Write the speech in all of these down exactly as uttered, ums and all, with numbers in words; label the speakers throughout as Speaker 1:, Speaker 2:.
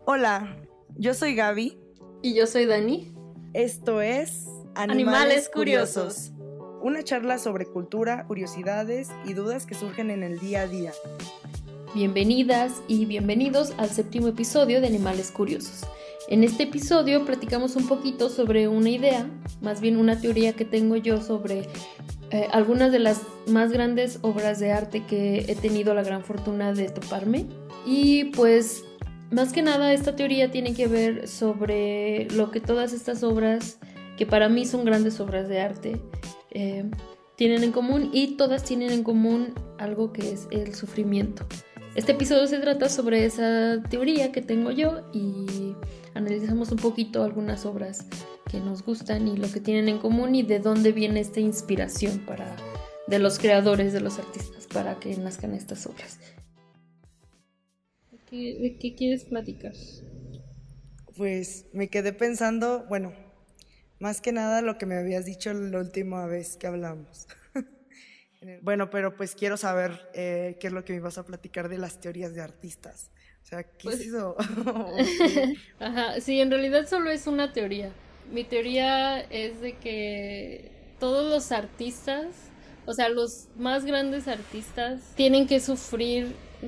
Speaker 1: Hola, yo soy Gaby.
Speaker 2: Y yo soy Dani.
Speaker 1: Esto es
Speaker 2: Animales, Animales Curiosos.
Speaker 1: Una charla sobre cultura, curiosidades y dudas que surgen en el día a día.
Speaker 2: Bienvenidas y bienvenidos al séptimo episodio de Animales Curiosos. En este episodio platicamos un poquito sobre una idea, más bien una teoría que tengo yo sobre eh, algunas de las más grandes obras de arte que he tenido la gran fortuna de toparme. Y pues, más que nada, esta teoría tiene que ver sobre lo que todas estas obras, que para mí son grandes obras de arte, eh, tienen en común, y todas tienen en común algo que es el sufrimiento. Este episodio se trata sobre esa teoría que tengo yo y analizamos un poquito algunas obras que nos gustan y lo que tienen en común y de dónde viene esta inspiración para, de los creadores, de los artistas, para que nazcan estas obras. ¿De qué, de qué quieres platicar?
Speaker 1: Pues me quedé pensando, bueno, más que nada lo que me habías dicho la última vez que hablamos. Bueno, pero pues quiero saber eh, qué es lo que me ibas a platicar de las teorías de artistas. O sea, ¿qué
Speaker 2: Pues...
Speaker 1: es eso?
Speaker 2: Ajá, sí, en realidad solo es una teoría. Mi teoría es de que todos los artistas, o sea, los más grandes artistas, tienen que sufrir,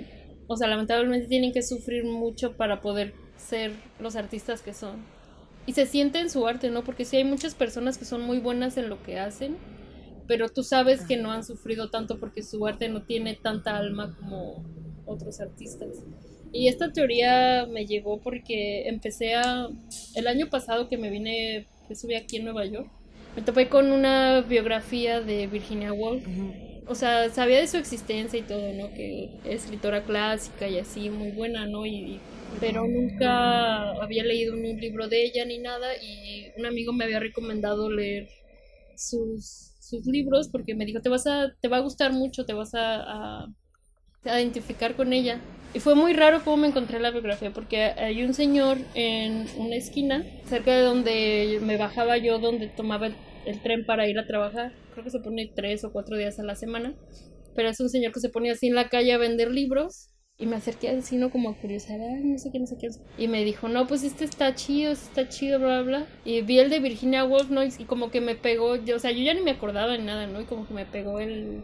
Speaker 2: o sea, lamentablemente tienen que sufrir mucho para poder ser los artistas que son. Y se siente en su arte, ¿no? Porque sí hay muchas personas que son muy buenas en lo que hacen, pero tú sabes que no han sufrido tanto porque su arte no tiene tanta alma como otros artistas. Y esta teoría me llegó porque empecé a... El año pasado que me vine, que estuve aquí en Nueva York, me topé con una biografía de Virginia Woolf. Uh-huh. O sea, sabía de su existencia y todo, ¿no? Que es escritora clásica y así, muy buena, ¿no? Y, pero nunca había leído un libro de ella ni nada, y un amigo me había recomendado leer sus... sus libros porque me dijo, te vas a te va a gustar mucho, te vas a, a, a identificar con ella. Y fue muy raro cómo me encontré la biografía, porque hay un señor en una esquina cerca de donde me bajaba yo, donde tomaba el, el tren para ir a trabajar. Creo que se pone tres o cuatro días a la semana, pero es un señor que se pone así en la calle a vender libros. Y me acerqué así, ¿no? Como a curiosidad, ay, no sé qué, no sé qué. Y me dijo, no, pues este está chido, este está chido, bla, bla, bla. Y vi el de Virginia Woolf, ¿no? Y como que me pegó, yo, o sea, yo ya ni me acordaba de nada, ¿no? Y como que me pegó el,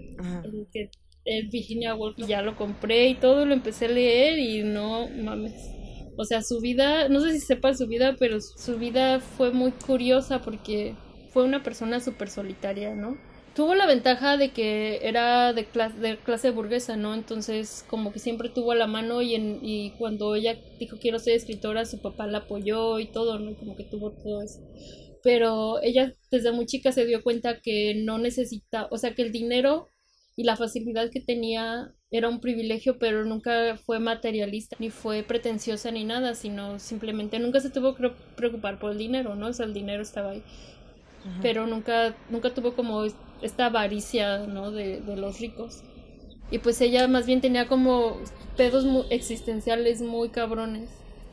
Speaker 2: el, el, el Virginia Woolf. Y ya lo compré y todo, lo empecé a leer y no mames. O sea, su vida, no sé si sepas su vida, pero su vida fue muy curiosa porque fue una persona súper solitaria, ¿no? Tuvo la ventaja de que era de clase, de clase burguesa, ¿no? Entonces como que siempre tuvo a la mano, y, en, y cuando ella dijo quiero ser escritora, su papá la apoyó y todo, ¿no? Como que tuvo todo eso. Pero ella desde muy chica se dio cuenta que no necesita, o sea, que el dinero y la facilidad que tenía era un privilegio, pero nunca fue materialista, ni fue pretenciosa ni nada, sino simplemente nunca se tuvo que preocupar por el dinero, ¿no? O sea, el dinero estaba ahí. Uh-huh. Pero nunca, nunca tuvo como esta avaricia, ¿no? de, de los ricos. Y pues ella más bien tenía como pedos muy existenciales muy cabrones.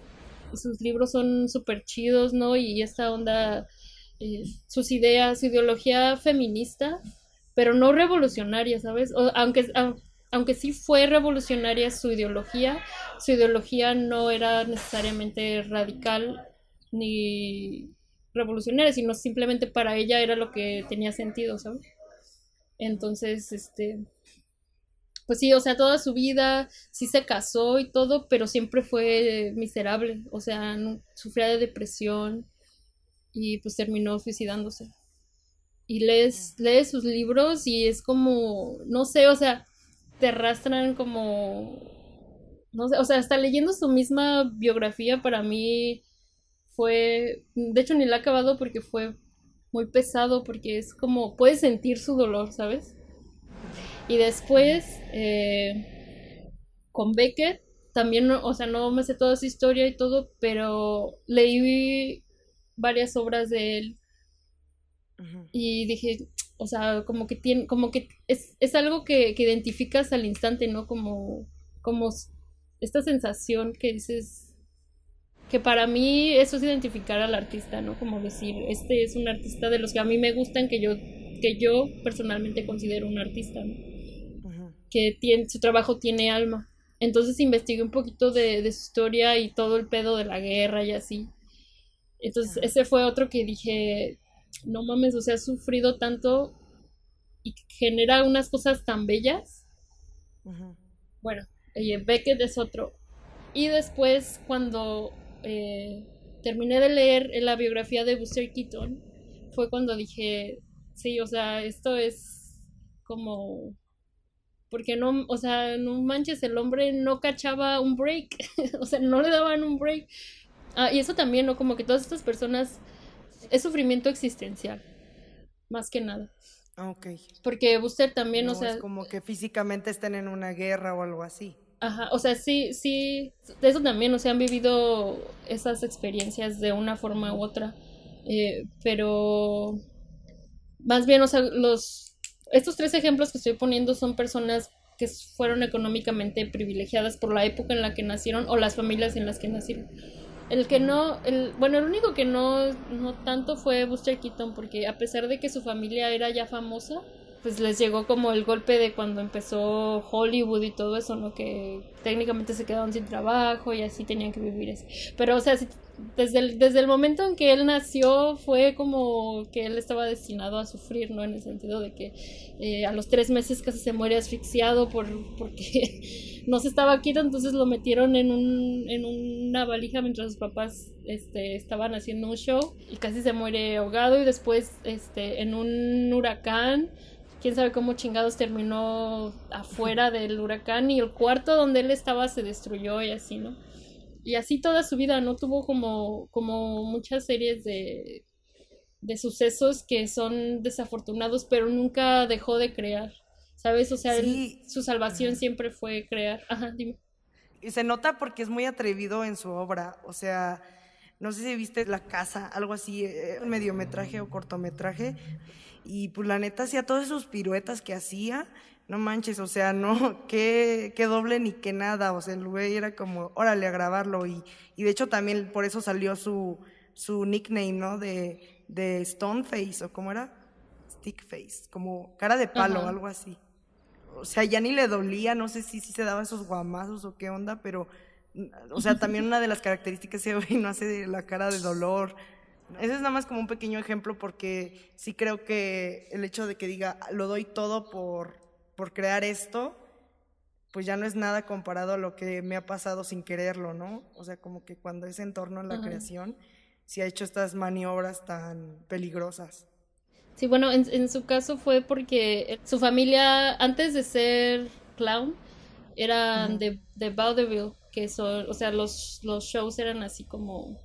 Speaker 2: Y sus libros son súper chidos, ¿no? Y esta onda, eh, sus ideas, su ideología feminista, pero no revolucionaria, ¿sabes? O, aunque, aunque sí fue revolucionaria su ideología, su ideología no era necesariamente radical ni revolucionaria, sino simplemente para ella era lo que tenía sentido, ¿sabes? Entonces, este, pues sí, o sea, toda su vida sí se casó y todo, pero siempre fue miserable, o sea, no, sufría de depresión y pues terminó suicidándose. Y lees, lees sus libros y es como, no sé, o sea, te arrastran como, no sé, o sea, hasta leyendo su misma biografía para mí fue, de hecho ni la he acabado porque fue muy pesado, porque es como, puedes sentir su dolor, ¿sabes? Y después, eh, con Beckett, también, o sea, no me sé toda su historia y todo, pero leí varias obras de él. Uh-huh. Y dije, o sea, como que tiene, como que es, es algo que, que identificas al instante, ¿no? Como, como esta sensación que dices, que para mí eso es identificar al artista, ¿no? Como decir, este es un artista de los que a mí me gustan, que yo, que yo personalmente considero un artista, ¿no? Uh-huh. Que tiene, su trabajo tiene alma. Entonces investigué un poquito de, de su historia y todo el pedo de la guerra y así. Entonces ese fue otro que dije, no mames, o sea, ha sufrido tanto y genera unas cosas tan bellas. Uh-huh. Bueno, eh, Beckett es otro. Y después cuando eh, terminé de leer la biografía de Buster Keaton, fue cuando dije, sí, o sea, esto es como... Porque no, o sea, no manches, el hombre no cachaba un break, o sea, no le daban un break. Ah, y eso también, ¿no? Como que todas estas personas, es sufrimiento existencial, más que nada.
Speaker 1: Ok.
Speaker 2: Porque Buster también,
Speaker 1: no,
Speaker 2: o sea...
Speaker 1: es como que físicamente estén en una guerra o algo así.
Speaker 2: Ajá, o sea, sí, sí, de eso también, o sea, han vivido esas experiencias de una forma u otra. Eh, pero más bien, o sea, los estos tres ejemplos que estoy poniendo son personas que fueron económicamente privilegiadas por la época en la que nacieron o las familias en las que nacieron. El que no, el, bueno, el único que no, no tanto fue Buster Keaton, porque a pesar de que su familia era ya famosa, pues les llegó como el golpe de cuando empezó Hollywood y todo eso, ¿no? Que técnicamente se quedaron sin trabajo y así tenían que vivir así. Pero, o sea, si, desde, el, desde el momento en que él nació fue como que él estaba destinado a sufrir, ¿no? En el sentido de que eh, a los tres meses casi se muere asfixiado por porque no se estaba quieto, entonces lo metieron en, un, en una valija mientras sus papás este, estaban haciendo un show y casi se muere ahogado y después este, en un huracán... Quién sabe cómo chingados terminó afuera del huracán y el cuarto donde él estaba se destruyó y así, ¿no? Y así toda su vida, ¿no? Tuvo como, como muchas series de, de sucesos que son desafortunados, pero nunca dejó de crear, ¿sabes? O sea, sí. él, su salvación Ajá. siempre fue crear. Ajá, dime.
Speaker 1: Y se nota porque es muy atrevido en su obra, o sea... No sé si viste La Casa, algo así, un mediometraje o cortometraje. Y pues la neta hacía todas sus piruetas que hacía, no manches, o sea, no, qué, qué doble ni qué nada, o sea, el güey era como, órale, a grabarlo. Y, y de hecho también por eso salió su, su nickname, ¿no? De, de Stoneface, o ¿cómo era? Stickface, como cara de palo, Ajá. algo así. O sea, ya ni le dolía, no sé si, si se daba esos guamazos o qué onda, pero... O sea, también una de las características que ese güey no hace la cara de dolor. Ese es nada más como un pequeño ejemplo porque sí creo que el hecho de que diga lo doy todo por, por crear esto, pues ya no es nada comparado a lo que me ha pasado sin quererlo, ¿no? O sea, como que cuando es en torno a la uh-huh. creación, sí ha hecho estas maniobras tan peligrosas.
Speaker 2: Sí, bueno, en, en su caso fue porque su familia, antes de ser clown, eran uh-huh. de, de vaudeville, que son, o sea, los, los shows eran así como,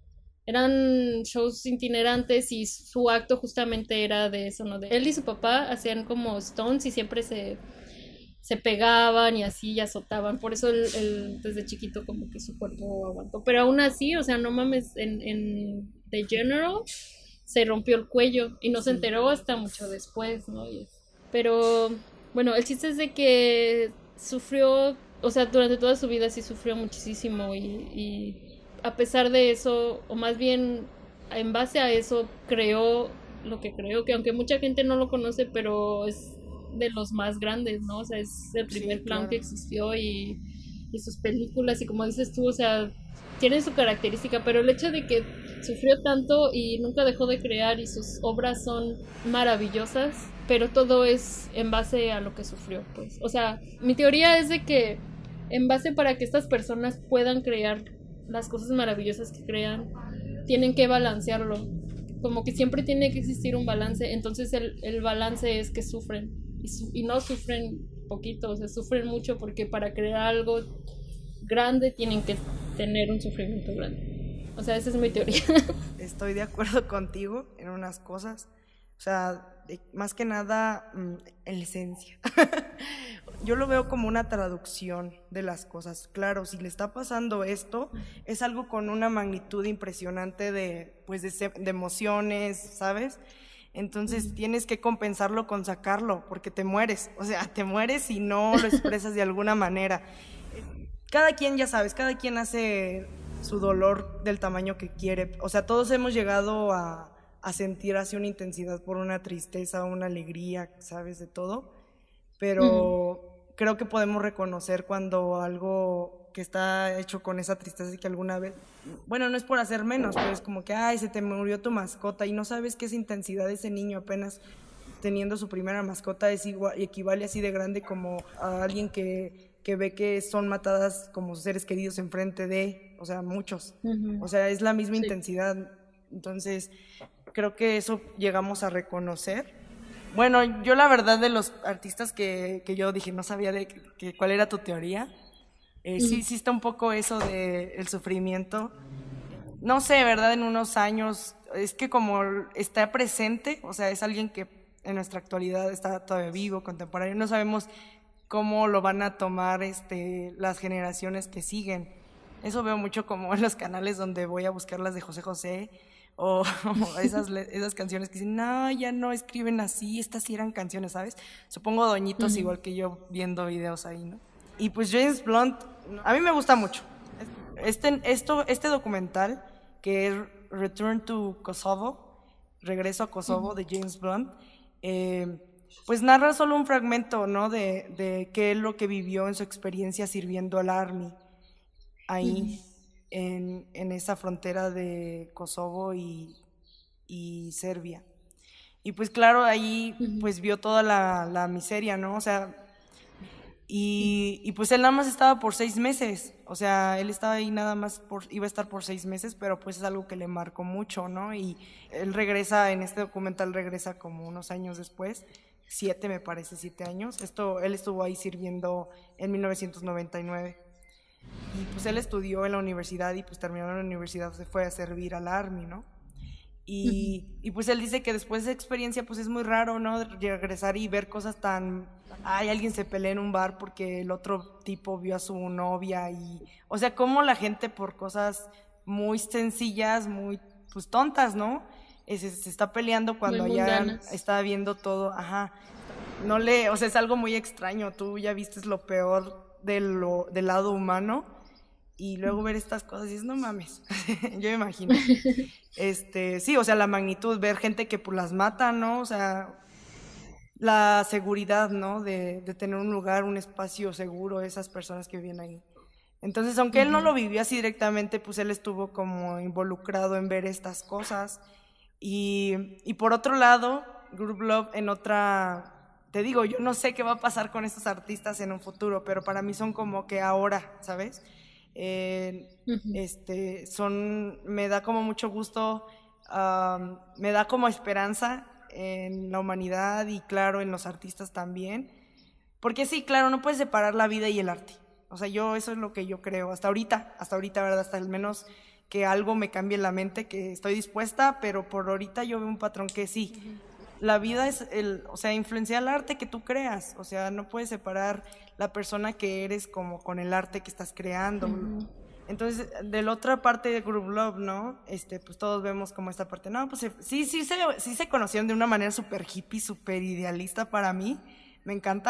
Speaker 2: eran shows itinerantes y su acto justamente era de eso, ¿no? De él y su papá hacían como stones y siempre se, se pegaban y así y azotaban, por eso él, él desde chiquito como que su cuerpo aguantó, pero aún así, o sea, no mames, en, en The General se rompió el cuello y no sí. se enteró hasta mucho después, ¿no? Y, pero, bueno, el chiste es de que sufrió, o sea, durante toda su vida sí sufrió muchísimo y, y a pesar de eso, o más bien en base a eso, creó lo que creó, que aunque mucha gente no lo conoce, pero es de los más grandes, ¿no? O sea, es el primer sí, clown claro. que existió y, y sus películas, y como dices tú, o sea, tienen su característica, pero el hecho de que sufrió tanto y nunca dejó de crear y sus obras son maravillosas, pero todo es en base a lo que sufrió, pues. O sea, mi teoría es de que en base para que estas personas puedan crear las cosas maravillosas que crean, tienen que balancearlo. Como que siempre tiene que existir un balance, entonces el, el balance es que sufren. Y, su, y no sufren poquito, o sea, sufren mucho porque para crear algo grande tienen que tener un sufrimiento grande. O sea, esa es mi teoría.
Speaker 1: Estoy de acuerdo contigo en unas cosas. O sea, de, más que nada en la esencia. Yo lo veo como una traducción de las cosas. Claro, si le está pasando esto, es algo con una magnitud impresionante de, pues de, de emociones, ¿sabes? Entonces mm. tienes que compensarlo con sacarlo, porque te mueres. O sea, te mueres si no lo expresas de alguna manera. Cada quien, ya sabes, cada quien hace su dolor del tamaño que quiere. O sea, todos hemos llegado a, a sentir así una intensidad por una tristeza, una alegría, ¿sabes? De todo. Pero, mm. creo que podemos reconocer cuando algo que está hecho con esa tristeza y que alguna vez, bueno, no es por hacer menos, pero es como que, ay, se te murió tu mascota y no sabes qué es intensidad de ese niño apenas teniendo su primera mascota, es igual, equivale así de grande como a alguien que, que ve que son matadas como seres queridos enfrente de, o sea, muchos. Uh-huh. O sea, es la misma sí. intensidad. Entonces, creo que eso llegamos a reconocer. Bueno, yo la verdad de los artistas que, que yo dije, no sabía de que, que, cuál era tu teoría, eh, uh-huh. sí, sí está un poco eso del sufrimiento. No sé, ¿verdad? En unos años, es que como está presente, o sea, es alguien que en nuestra actualidad está todavía vivo, contemporáneo, no sabemos cómo lo van a tomar este, las generaciones que siguen. Eso veo mucho como en los canales donde voy a buscar las de José José, o, o esas, esas canciones que dicen, no, ya no escriben así, estas sí eran canciones, ¿sabes? Supongo doñitos uh-huh. igual que yo viendo videos ahí, ¿no? Y pues James Blunt, a mí me gusta mucho. Este, esto, este documental, que es Return to Kosovo, Regreso a Kosovo, uh-huh. de James Blunt, eh, pues narra solo un fragmento, ¿no? De, de qué es lo que vivió en su experiencia sirviendo al Army ahí, uh-huh. en, en esa frontera de Kosovo y, y Serbia. Y pues claro, ahí uh-huh. pues vio toda la, la miseria, ¿no? O sea, y, y pues él nada más estaba por seis meses, o sea, él estaba ahí nada más, por, iba a estar por seis meses, pero pues es algo que le marcó mucho, ¿no? Y él regresa, en este documental regresa como unos años después, siete me parece, siete años, esto, él estuvo ahí sirviendo en mil novecientos noventa y nueve, y pues él estudió en la universidad y pues terminó en la universidad, se fue a servir al Army, ¿no? Y, uh-huh. y pues él dice que después de esa experiencia pues es muy raro, ¿no? Regresar y ver cosas tan... Ay, alguien se pelea en un bar porque el otro tipo vio a su novia y... O sea, cómo la gente por cosas muy sencillas, muy pues tontas, ¿no? Se, se está peleando cuando ya está viendo todo, ajá. No le... O sea, es algo muy extraño, tú ya viste lo peor de lo, del lado humano y luego ver estas cosas y dices, no mames, yo me imagino. Este, sí, o sea, la magnitud, ver gente que pues las mata, ¿no? O sea, la seguridad, ¿no? De, de tener un lugar, un espacio seguro, esas personas que viven ahí. Entonces, aunque uh-huh. él no lo vivió así directamente, pues él estuvo como involucrado en ver estas cosas. Y, y por otro lado, Group Love en otra... Te digo, yo no sé qué va a pasar con estos artistas en un futuro, pero para mí son como que ahora, ¿sabes? Eh, uh-huh. este, son, me da como mucho gusto, um, me da como esperanza en la humanidad y claro, en los artistas también, porque sí, claro, no puedes separar la vida y el arte, o sea, yo, eso es lo que yo creo, hasta ahorita, hasta ahorita, ¿verdad? Hasta al menos que algo me cambie en la mente, que estoy dispuesta, pero por ahorita yo veo un patrón que sí, uh-huh. La vida es, el, o sea, influencia el arte que tú creas, o sea, no puedes separar la persona que eres como con el arte que estás creando. Uh-huh. Entonces, de la otra parte de Group Love, ¿no? Este, pues todos vemos como esta parte, no, pues sí, sí se, sí se conocieron de una manera súper hippie, súper idealista para mí, me encanta,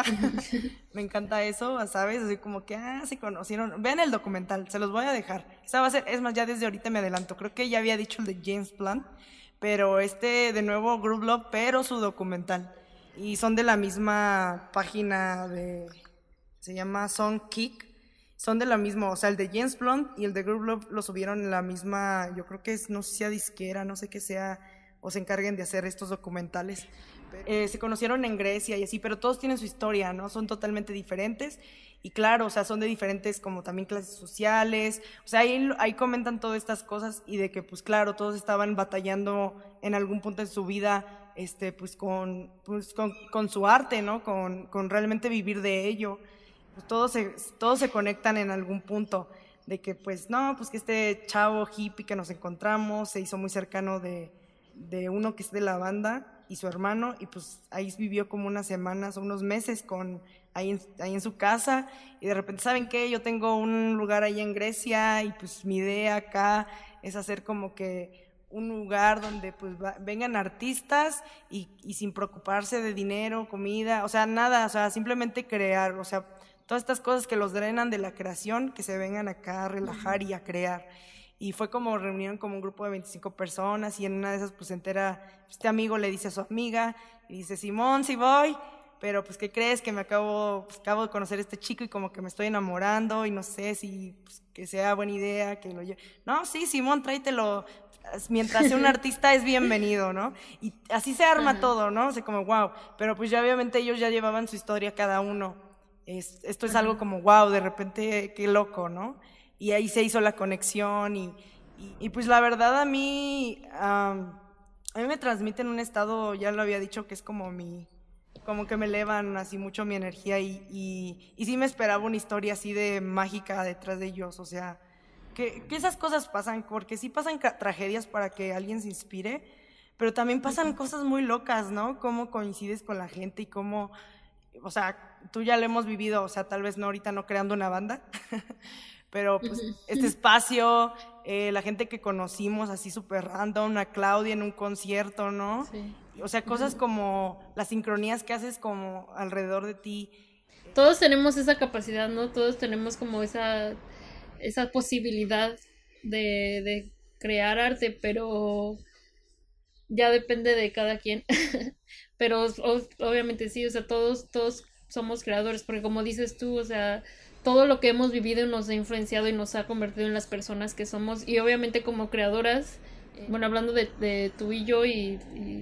Speaker 1: me encanta eso, ¿sabes? Así como que, ah, se conocieron, vean el documental, se los voy a dejar, esa va a ser, es más, ya desde ahorita me adelanto, creo que ya había dicho el de James Blunt, pero este, de nuevo, Group Love, pero su documental, y son de la misma página de, se llama Songkick, son de la misma, o sea, el de James Blunt y el de Group Love lo subieron en la misma, yo creo que es, no sé si sea disquera, no sé qué sea, o se encarguen de hacer estos documentales. Eh, se conocieron en Grecia y así, pero todos tienen su historia, ¿no? Son totalmente diferentes y claro, o sea, son de diferentes como también clases sociales, o sea, ahí, ahí comentan todas estas cosas y de que pues claro, todos estaban batallando en algún punto de su vida, este, pues con, pues, con, con su arte, ¿no? Con, con realmente vivir de ello. Pues todos se, todos se conectan en algún punto de que pues no, pues que este chavo hippie que nos encontramos se hizo muy cercano de, de uno que es de la banda y su hermano y pues ahí vivió como unas semanas o unos meses con, ahí, en, ahí en su casa y de repente, ¿saben qué? Yo tengo un lugar ahí en Grecia y pues mi idea acá es hacer como que un lugar donde pues va, vengan artistas y, y sin preocuparse de dinero, comida, o sea, nada, o sea, simplemente crear, o sea, todas estas cosas que los drenan de la creación, que se vengan acá a relajar y a crear. Y fue como reunieron como un grupo de veinticinco personas y en una de esas pues se entera, este amigo le dice a su amiga, y dice, Simón, sí voy, pero pues ¿qué crees? Que me acabo, pues, acabo de conocer a este chico y como que me estoy enamorando y no sé si pues, que sea buena idea que lo lleve. No, sí, Simón, tráetelo. Mientras sea un artista es bienvenido, ¿no? Y así se arma
Speaker 2: Ajá.
Speaker 1: todo, ¿no? O sea, como wow. Pero pues ya obviamente ellos ya llevaban su historia cada uno. Es, esto es algo
Speaker 2: Ajá.
Speaker 1: como wow, de repente qué loco, ¿no? Y ahí se hizo la conexión y, y, y pues la verdad a mí, um, a mí me transmiten un estado, ya lo había dicho, que es como mi, como que me elevan así mucho mi energía y, y, y sí me esperaba una historia así de mágica detrás de ellos, o sea, que, que esas cosas pasan, porque sí pasan tragedias para que alguien se inspire, pero también pasan cosas muy locas, ¿no? Cómo coincides con la gente y cómo, o sea, tú ya lo hemos vivido, o sea, tal vez no ahorita no creando una banda, pero pues este espacio, eh, la gente que conocimos así súper random, a Claudia en un concierto, ¿no?
Speaker 2: Sí.
Speaker 1: O sea, cosas como las sincronías que haces como alrededor de ti.
Speaker 2: Todos tenemos esa capacidad, ¿no? Todos tenemos como esa, esa posibilidad de, de crear arte, pero ya depende de cada quien. Pero o- obviamente sí, o sea, todos, todos somos creadores, porque como dices tú, o sea, todo lo que hemos vivido nos ha influenciado y nos ha convertido en las personas que somos. Y obviamente como creadoras, eh, bueno, hablando de, de tú y yo y,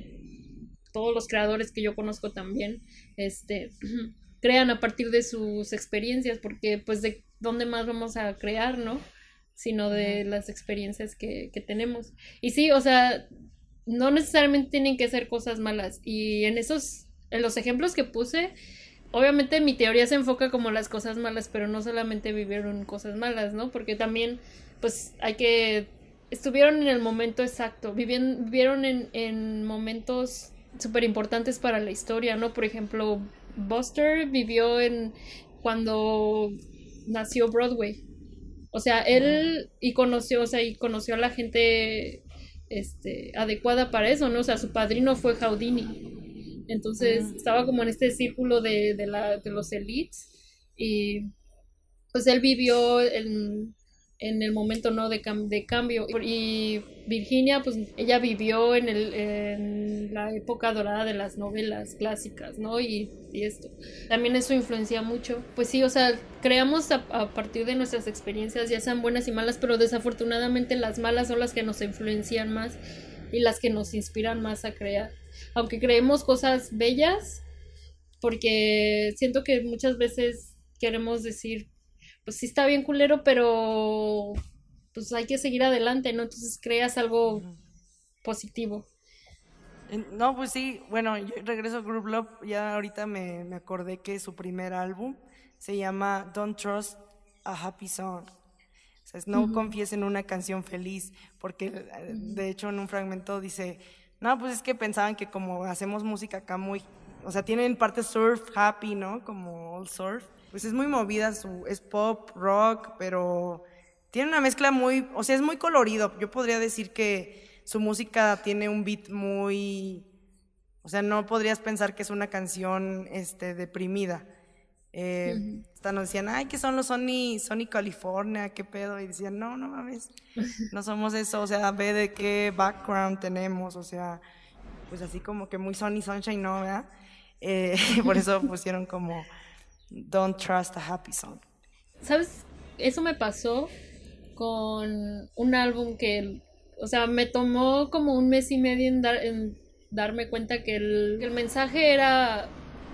Speaker 2: y todos los creadores que yo conozco también, este, crean a partir de sus experiencias, porque pues de dónde más vamos a crear, ¿no? Sino de
Speaker 1: Ujú.
Speaker 2: las experiencias que, que tenemos. Y sí, o sea, no necesariamente tienen que ser cosas malas. Y en esos, en los ejemplos que puse, obviamente mi teoría se enfoca como las cosas malas, pero no solamente vivieron cosas malas, ¿no? Porque también, pues, hay que... Estuvieron en el momento exacto, vivieron, vivieron en, en momentos súper importantes para la historia, ¿no? Por ejemplo, Buster vivió en cuando nació Broadway. O sea,
Speaker 1: Ujú.
Speaker 2: él y conoció, o sea, y conoció a la gente este, adecuada para eso, ¿no? O sea, su padrino fue Houdini. Entonces
Speaker 1: Ujú.
Speaker 2: estaba como en este círculo de, de, la, de los elites y pues él vivió en, en el momento, ¿no? De, cam de cambio. Y Virginia, pues ella vivió en, el, en la época dorada de las novelas clásicas, ¿no? Y, y esto. También eso influencia mucho. Pues sí, o sea, creamos a, a partir de nuestras experiencias, ya sean buenas y malas, pero desafortunadamente las malas son las que nos influencian más y las que nos inspiran más a crear. Aunque creemos cosas bellas, porque siento que muchas veces queremos decir, pues sí está bien culero, pero pues hay que seguir adelante, ¿no? Entonces creas algo
Speaker 1: Ujú.
Speaker 2: positivo.
Speaker 1: No, pues sí, bueno, yo regreso a Group Love, ya ahorita me, me acordé que su primer álbum se llama Don't Trust a Happy Song. O sea, es no
Speaker 2: Ujú,
Speaker 1: confíes en una canción feliz, porque eh,
Speaker 2: ujú,
Speaker 1: de hecho en un fragmento dice, no, pues es que pensaban que como hacemos música acá muy, o sea, tienen parte surf, happy, ¿no? Como all surf. Pues es muy movida, su, es pop, rock, pero tiene una mezcla muy, o sea, es muy colorido. Yo podría decir que su música tiene un beat muy, o sea, no podrías pensar que es una canción, este, deprimida. Eh,
Speaker 2: ujú.
Speaker 1: hasta nos decían, ay, que son los Sony, Sony California, qué pedo. Y decían, no, no mames, no somos eso. O sea, ve de qué background tenemos. O sea, pues así como que muy Sony Sunshine, ¿no? ¿Verdad? Eh, por eso pusieron como Don't Trust a Happy Song.
Speaker 2: ¿Sabes? Eso me pasó con un álbum que, o sea, me tomó como un mes y medio en, dar, en darme cuenta que el, que el mensaje era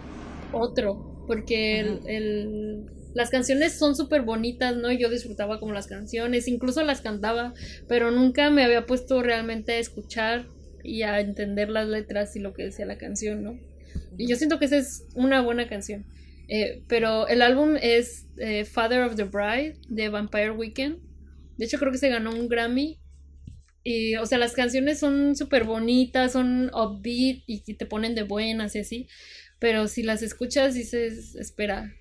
Speaker 2: otro, porque
Speaker 1: Ujú.
Speaker 2: el, el- las canciones son súper bonitas, ¿no? Yo disfrutaba como las canciones, incluso las cantaba, pero nunca me había puesto realmente a escuchar y a entender las letras y lo que decía la canción, ¿no? Y yo siento que esa es una buena canción. Eh, pero el álbum es eh, Father of the Bride de Vampire Weekend. De hecho, creo que se ganó un Grammy. Y, o sea, las canciones son súper bonitas, son upbeat y te ponen de buenas y así. Pero si las escuchas dices, espera.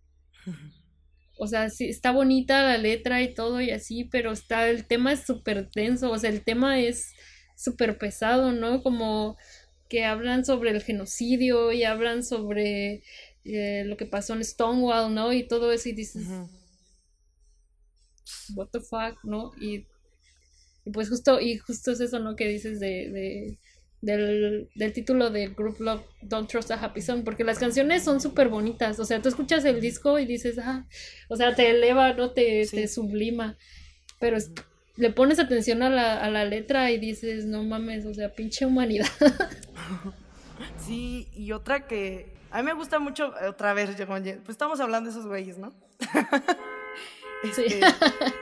Speaker 2: O sea, sí, está bonita la letra y todo y así, pero está, el tema es súper denso. O sea, el tema es súper pesado, ¿no? Como que hablan sobre el genocidio y hablan sobre eh, lo que pasó en Stonewall, ¿no? Y todo eso y dices,
Speaker 1: Ujú.
Speaker 2: what the fuck, ¿no? Y, y pues justo, y justo es eso, ¿no? Que dices de, de del, del título del Group Love Don't Trust a Happy Song, porque las canciones son súper bonitas, o sea, tú escuchas el disco y dices, ah, o sea, te eleva, ¿no? Te, sí. te sublima, pero es, le pones atención a la, a la letra y dices, no mames, o sea, pinche humanidad.
Speaker 1: Sí, y otra que a mí me gusta mucho, otra vez, pues estamos hablando de esos güeyes, ¿no?
Speaker 2: Este, sí,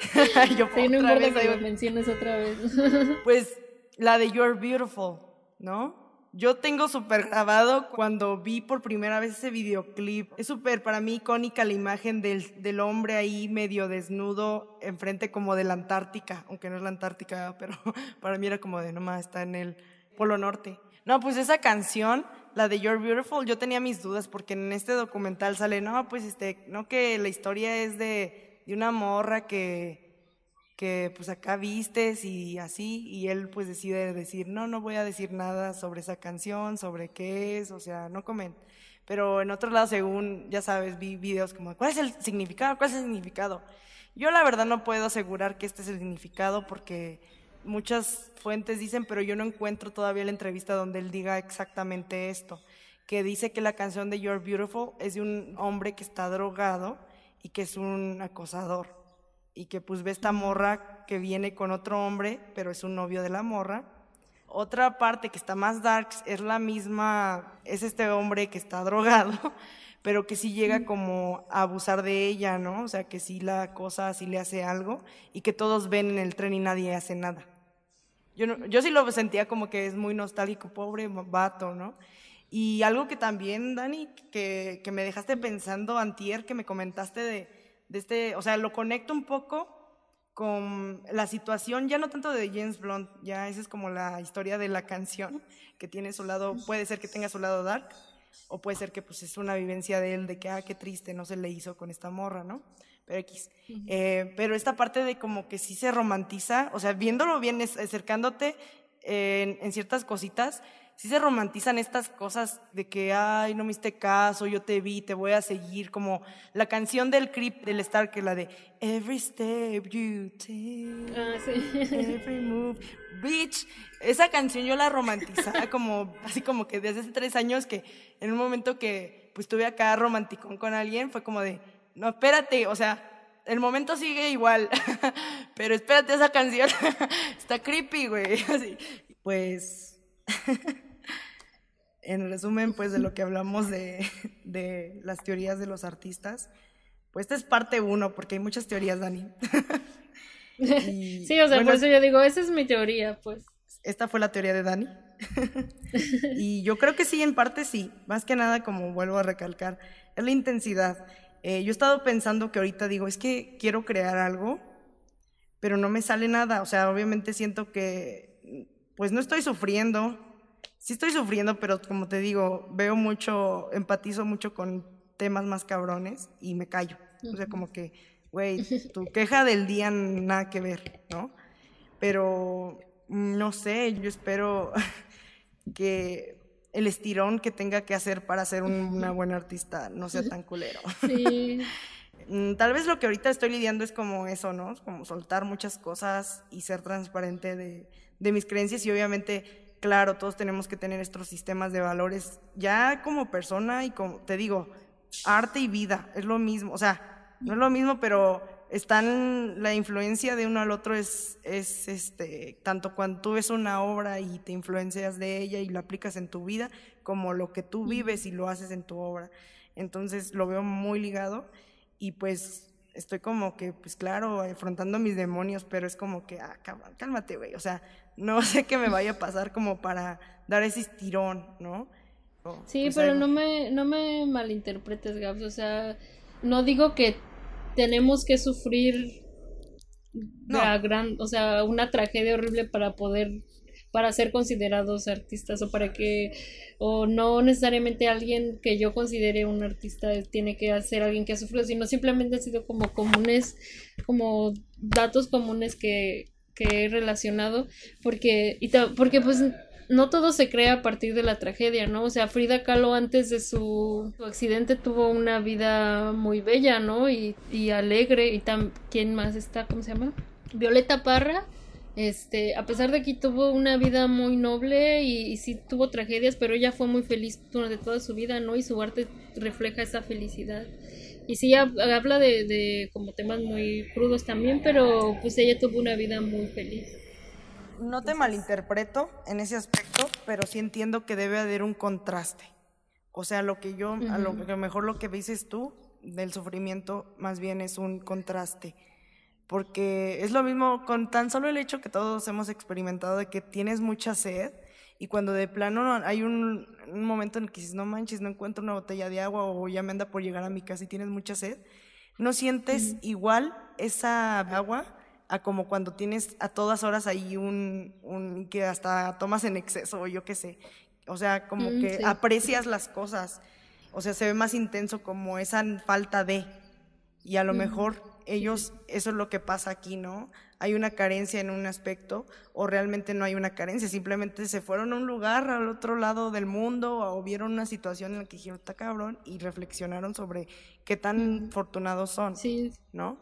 Speaker 2: yo sí, no importa que lo menciones otra vez.
Speaker 1: Pues la de You're Beautiful, ¿no? Yo tengo súper grabado cuando vi por primera vez ese videoclip. Es súper para mí icónica la imagen del, del hombre ahí medio desnudo enfrente como de la Antártica, aunque no es la Antártica, pero para mí era como de nomás está en el Polo Norte. No, pues esa canción, la de You're Beautiful, yo tenía mis dudas porque en este documental sale, no, pues este, no que la historia es de, de una morra que... que pues acá vistes y así, y él pues decide decir, no, no voy a decir nada sobre esa canción, sobre qué es, o sea, no comento. Pero en otro lado, según, ya sabes, vi videos como, ¿cuál es el significado? ¿Cuál es el significado? Yo la verdad no puedo asegurar que este es el significado porque muchas fuentes dicen, pero yo no encuentro todavía la entrevista donde él diga exactamente esto, que dice que la canción de You're Beautiful es de un hombre que está drogado y que es un acosador. Y que pues ve esta morra que viene con otro hombre, pero es un novio de la morra. Otra parte que está más darks es la misma, es este hombre que está drogado, pero que sí llega como a abusar de ella, ¿no? O sea, que sí la acosa, sí le hace algo, y que todos ven en el tren y nadie hace nada. Yo, no, yo sí lo sentía como que es muy nostálgico, pobre vato, ¿no? Y algo que también, Dani, que, que me dejaste pensando antier, que me comentaste de... de este, o sea, lo conecto un poco con la situación, ya no tanto de James Blunt, ya esa es como la historia de la canción, que tiene su lado, puede ser que tenga su lado dark, o puede ser que pues es una vivencia de él, de que, ah, qué triste, no se le hizo con esta morra, ¿no? Pero X. Uh-huh. Eh, pero esta parte de como que sí se romantiza, o sea, viéndolo bien, acercándote eh, en, en ciertas cositas, sí se romantizan estas cosas de que, ay, no me hiciste caso, yo te vi, te voy a seguir, como la canción del Creep del Star, que la de Every Step You Take,
Speaker 2: ah, sí.
Speaker 1: Every Move, Bitch, esa canción yo la romantizaba como, así como que desde hace tres años que en un momento que pues estuve acá romanticón con alguien, fue como de, no, espérate, o sea, el momento sigue igual, pero espérate, esa canción está creepy, güey, así, pues... En resumen, pues, de lo que hablamos de, de las teorías de los artistas, pues esta es parte uno, porque hay muchas teorías, Dani.
Speaker 2: Y, sí, o sea, bueno, por eso yo digo, esa es mi teoría, pues.
Speaker 1: Esta fue la teoría de Dani. Y yo creo que sí, en parte sí. Más que nada, como vuelvo a recalcar, es la intensidad. Eh, yo he estado pensando que ahorita digo, es que quiero crear algo, pero no me sale nada. O sea, obviamente siento que, pues, no estoy sufriendo. Sí estoy sufriendo, pero como te digo, veo mucho, empatizo mucho con temas más cabrones y me callo. O sea, como que, güey, tu queja del día nada que ver, ¿no? Pero, no sé, yo espero que el estirón que tenga que hacer para ser un, una buena artista no sea tan culero.
Speaker 2: Sí.
Speaker 1: Tal vez lo que ahorita estoy lidiando es como eso, ¿no? Como soltar muchas cosas y ser transparente de, de mis creencias y obviamente... Claro, todos tenemos que tener estos sistemas de valores ya como persona y como, te digo, arte y vida, es lo mismo, o sea, no es lo mismo, pero están, la influencia de uno al otro es, es este, tanto cuando tú ves una obra y te influencias de ella y lo aplicas en tu vida, como lo que tú vives y lo haces en tu obra. Entonces lo veo muy ligado y pues estoy como que, pues claro, afrontando mis demonios, pero es como que, ah, cabrón, cálmate, güey, o sea, no sé qué me vaya a pasar como para dar ese estirón, ¿no? O,
Speaker 2: sí,
Speaker 1: pues
Speaker 2: pero
Speaker 1: algo.
Speaker 2: no me, no me malinterpretes, Gabs, o sea, no digo que tenemos que sufrir no. la gran, o sea, una tragedia horrible para poder, para ser considerados artistas o para que, o no necesariamente alguien que yo considere un artista tiene que ser alguien que ha sufrido, sino simplemente han sido como comunes, como datos comunes que que he relacionado, porque, y ta, porque pues no todo se crea a partir de la tragedia, ¿no? O sea, Frida Kahlo antes de su, su accidente tuvo una vida muy bella, ¿no? Y, y alegre, y tam, ¿quién más está? ¿Cómo se llama? Violeta Parra, Este, a pesar de que tuvo una vida muy noble y, y sí tuvo tragedias, pero ella fue muy feliz durante toda su vida, ¿no? Y su arte refleja esa felicidad. Y sí habla de, de como temas muy crudos también, pero pues ella tuvo una vida muy feliz.
Speaker 1: No te malinterpreto en ese aspecto, pero sí entiendo que debe haber un contraste. O sea, lo que yo, uh-huh. a lo, a lo mejor lo que dices tú del sufrimiento más bien es un contraste. Porque es lo mismo con tan solo el hecho que todos hemos experimentado de que tienes mucha sed y cuando de plano hay un, un momento en el que dices, no manches, no encuentro una botella de agua o ya me anda por llegar a mi casa y tienes mucha sed, no sientes uh-huh. igual esa agua a como cuando tienes a todas horas ahí un, un que hasta tomas en exceso o yo qué sé. O sea, como uh-huh, que sí. aprecias las cosas. O sea, se ve más intenso como esa falta de. Y a lo uh-huh. mejor ellos, eso es lo que pasa aquí, ¿no? Hay una carencia en un aspecto o realmente no hay una carencia, simplemente se fueron a un lugar al otro lado del mundo o vieron una situación en la que dijeron, está cabrón, y reflexionaron sobre qué tan uh-huh. afortunados son,
Speaker 2: sí.
Speaker 1: ¿no?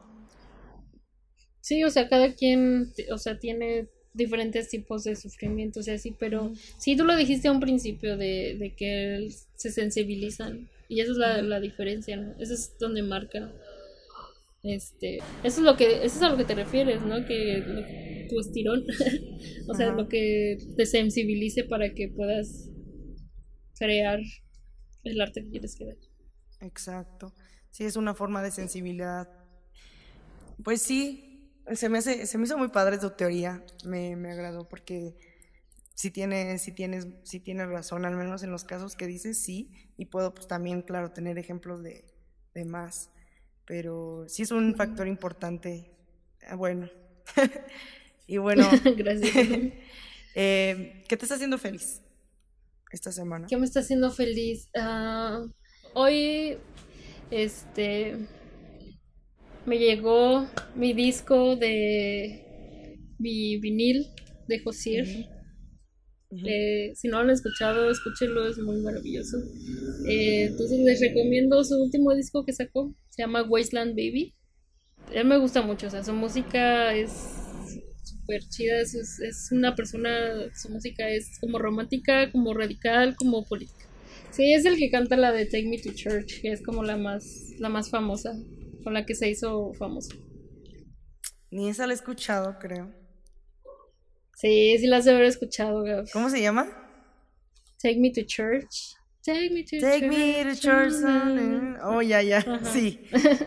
Speaker 2: Sí, o sea, cada quien, o sea, tiene diferentes tipos de sufrimiento, o sea, sí, pero uh-huh. sí, tú lo dijiste a un principio de, de que se sensibilizan y esa es la, uh-huh. la diferencia, ¿no? Eso es donde marca. Este, eso es lo que, eso es a lo que te refieres, ¿no? Que lo, tu estirón, o sea, uh-huh. lo que te sensibilice para que puedas crear el arte que quieres crear.
Speaker 1: Exacto. Sí, es una forma de sensibilidad. Pues sí, se me hace, se me hizo muy padre tu teoría, me, me agradó porque sí tienes, sí tienes, sí tienes razón, al menos en los casos que dices, sí, y puedo pues también, claro, tener ejemplos de, de más. Pero sí es un factor importante. Bueno, y bueno,
Speaker 2: gracias.
Speaker 1: eh, ¿qué te está haciendo feliz esta semana?
Speaker 2: ¿Qué me está haciendo feliz? Uh, hoy, este, me llegó mi disco de mi vinil de Hozier. Uh-huh. Uh-huh. Eh, si no lo han escuchado, escúchenlo, es muy maravilloso. Eh, entonces les recomiendo su último disco que sacó, se llama Wasteland Baby. A él me gusta mucho, o sea, su música es súper chida, es, es una persona, su música es como romántica, como radical, como política. Sí, es el que canta la de Take Me to Church, que es como la más, la más famosa, con la que se hizo famoso.
Speaker 1: Ni esa la he escuchado, creo.
Speaker 2: Sí, sí la has de haber escuchado, Gab.
Speaker 1: ¿Cómo se llama?
Speaker 2: Take Me to Church. Take Me to
Speaker 1: Take
Speaker 2: Church.
Speaker 1: Me to Church. Oh, ya, ya, ajá. Sí.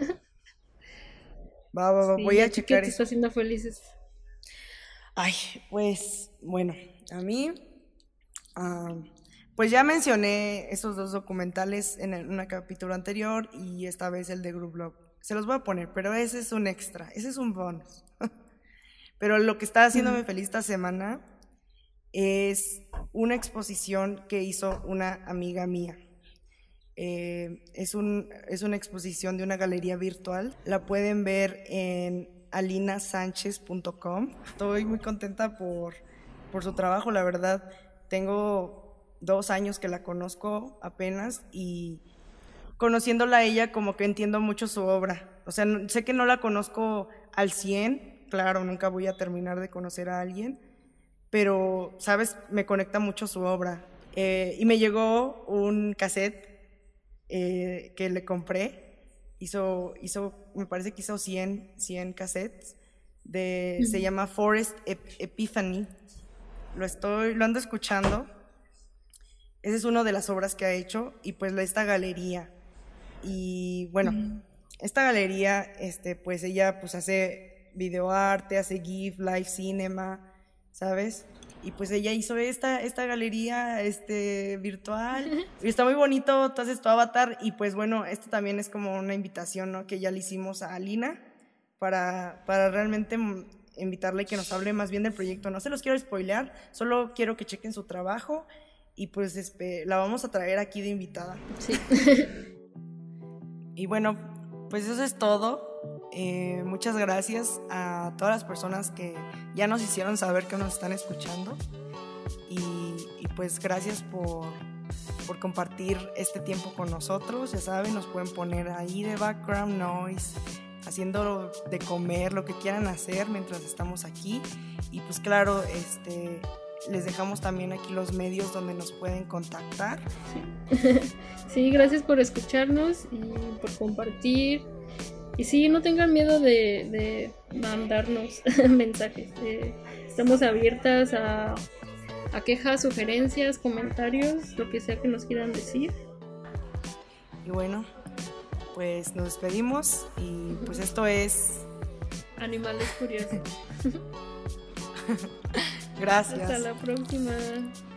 Speaker 1: Va, va, va, sí, voy a checar
Speaker 2: ¿qué te está haciendo felices?
Speaker 1: Ay, pues, bueno, a mí, uh, pues ya mencioné esos dos documentales en el, un capítulo anterior y esta vez el de Group Love. Se los voy a poner, pero ese es un extra, ese es un bonus. Pero lo que está haciéndome feliz esta semana es una exposición que hizo una amiga mía. Eh, es, un, es una exposición de una galería virtual. La pueden ver en alina sánchez punto com. Estoy muy contenta por, por su trabajo, la verdad. Tengo dos años que la conozco apenas y conociéndola a ella como que entiendo mucho su obra. O sea, no, sé que no la conozco al cien, claro, nunca voy a terminar de conocer a alguien, pero, ¿sabes? Me conecta mucho su obra. Eh, y me llegó un cassette eh, que le compré. Hizo, hizo, me parece que hizo cien, cien cassettes. De, uh-huh. Se llama Forest Ep- Epiphany. Lo, estoy, lo ando escuchando. Esa es una de las obras que ha hecho. Y pues esta galería. Y bueno, uh-huh. esta galería, este, pues ella pues hace videoarte, hace GIF, live cinema, ¿sabes? Y pues ella hizo esta, esta galería este, virtual y está muy bonito, entonces tu avatar y pues bueno, esto también es como una invitación, ¿no? Que ya le hicimos a Alina para, para realmente invitarle y que nos hable más bien del proyecto. No se los quiero spoilear, solo quiero que chequen su trabajo y pues este, la vamos a traer aquí de invitada.
Speaker 2: Sí.
Speaker 1: Y bueno, pues eso es todo. Eh, muchas gracias a todas las personas que ya nos hicieron saber que nos están escuchando y, y pues gracias por, por compartir este tiempo con nosotros. Ya saben, nos pueden poner ahí de background noise, haciendo de comer, lo que quieran hacer mientras estamos aquí. Y pues claro, este, les dejamos también aquí los medios donde nos pueden contactar.
Speaker 2: Sí, sí, gracias por escucharnos y por compartir. Y sí, no tengan miedo de, de mandarnos mensajes. Eh, estamos abiertas a, a quejas, sugerencias, comentarios, lo que sea que nos quieran decir.
Speaker 1: Y bueno, pues nos despedimos y pues esto es
Speaker 2: Animales Curiosos.
Speaker 1: Gracias.
Speaker 2: Hasta la próxima.